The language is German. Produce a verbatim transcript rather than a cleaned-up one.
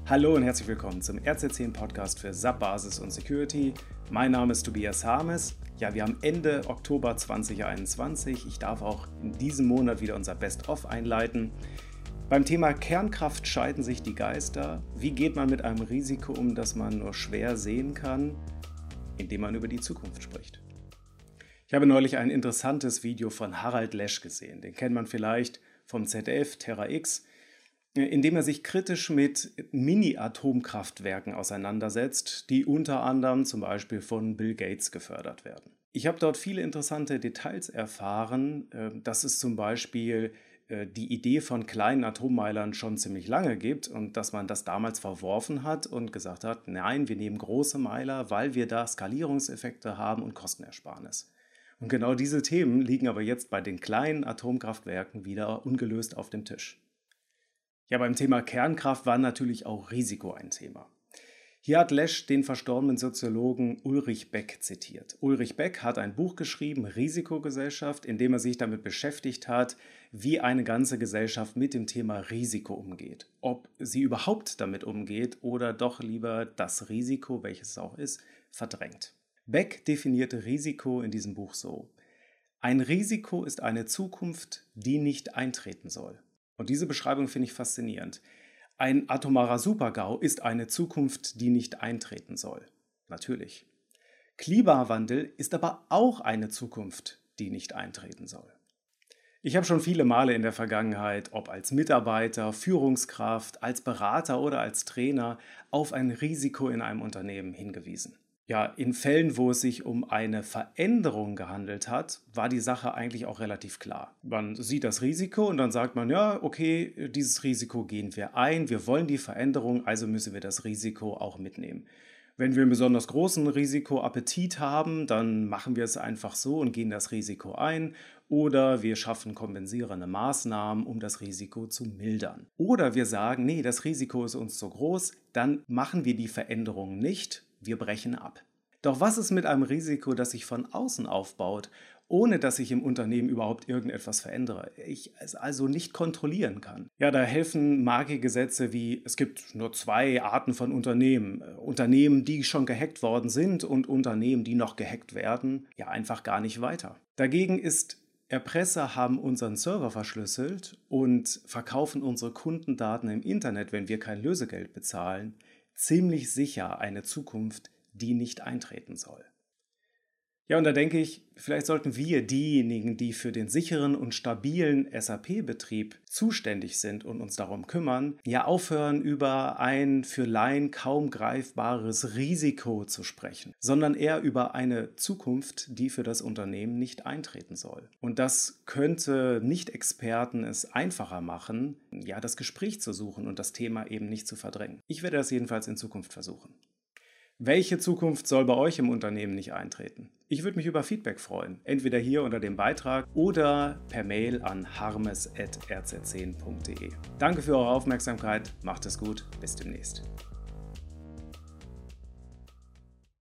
Hallo und herzlich willkommen zum R Z zehn Podcast für S A P Basis und Security. Mein Name ist Tobias Harmes. Ja, wir haben Ende Oktober zweitausendeinundzwanzig. Ich darf auch in diesem Monat wieder unser Best-of einleiten. Beim Thema Kernkraft scheiden sich die Geister. Wie geht man mit einem Risiko um, das man nur schwer sehen kann, indem man über die Zukunft spricht? Ich habe neulich ein interessantes Video von Harald Lesch gesehen. Den kennt man vielleicht vom Z D F, Terra X, indem er sich kritisch mit Mini-Atomkraftwerken auseinandersetzt, die unter anderem zum Beispiel von Bill Gates gefördert werden. Ich habe dort viele interessante Details erfahren, dass es zum Beispiel die Idee von kleinen Atommeilern schon ziemlich lange gibt und dass man das damals verworfen hat und gesagt hat, nein, wir nehmen große Meiler, weil wir da Skalierungseffekte haben und Kostenersparnis. Und genau diese Themen liegen aber jetzt bei den kleinen Atomkraftwerken wieder ungelöst auf dem Tisch. Ja, beim Thema Kernkraft war natürlich auch Risiko ein Thema. Hier hat Lesch den verstorbenen Soziologen Ulrich Beck zitiert. Ulrich Beck hat ein Buch geschrieben, Risikogesellschaft, in dem er sich damit beschäftigt hat, wie eine ganze Gesellschaft mit dem Thema Risiko umgeht. Ob sie überhaupt damit umgeht oder doch lieber das Risiko, welches es auch ist, verdrängt. Beck definierte Risiko in diesem Buch so: Ein Risiko ist eine Zukunft, die nicht eintreten soll. Und diese Beschreibung finde ich faszinierend. Ein atomarer Super-GAU ist eine Zukunft, die nicht eintreten soll. Natürlich. Klimawandel ist aber auch eine Zukunft, die nicht eintreten soll. Ich habe schon viele Male in der Vergangenheit, ob als Mitarbeiter, Führungskraft, als Berater oder als Trainer, auf ein Risiko in einem Unternehmen hingewiesen. Ja, in Fällen, wo es sich um eine Veränderung gehandelt hat, war die Sache eigentlich auch relativ klar. Man sieht das Risiko und dann sagt man, ja, okay, dieses Risiko gehen wir ein, wir wollen die Veränderung, also müssen wir das Risiko auch mitnehmen. Wenn wir einen besonders großen Risikoappetit haben, dann machen wir es einfach so und gehen das Risiko ein, oder wir schaffen kompensierende Maßnahmen, um das Risiko zu mildern. Oder wir sagen, nee, das Risiko ist uns zu groß, dann machen wir die Veränderung nicht. Wir brechen ab. Doch was ist mit einem Risiko, das sich von außen aufbaut, ohne dass ich im Unternehmen überhaupt irgendetwas verändere? Ich es also nicht kontrollieren kann. Ja, da helfen markige Sätze wie, es gibt nur zwei Arten von Unternehmen. Unternehmen, die schon gehackt worden sind und Unternehmen, die noch gehackt werden, ja einfach gar nicht weiter. Dagegen ist Erpresser haben unseren Server verschlüsselt und verkaufen unsere Kundendaten im Internet, wenn wir kein Lösegeld bezahlen, ziemlich sicher eine Zukunft, die nicht eintreten soll. Ja, und da denke ich, vielleicht sollten wir diejenigen, die für den sicheren und stabilen S A P-Betrieb zuständig sind und uns darum kümmern, ja aufhören, über ein für Laien kaum greifbares Risiko zu sprechen, sondern eher über eine Zukunft, die für das Unternehmen nicht eintreten soll. Und das könnte Nicht-Experten es einfacher machen, ja, das Gespräch zu suchen und das Thema eben nicht zu verdrängen. Ich werde das jedenfalls in Zukunft versuchen. Welche Zukunft soll bei euch im Unternehmen nicht eintreten? Ich würde mich über Feedback freuen, entweder hier unter dem Beitrag oder per Mail an harmes at r z zehn punkt de. Danke für eure Aufmerksamkeit, macht es gut, bis demnächst.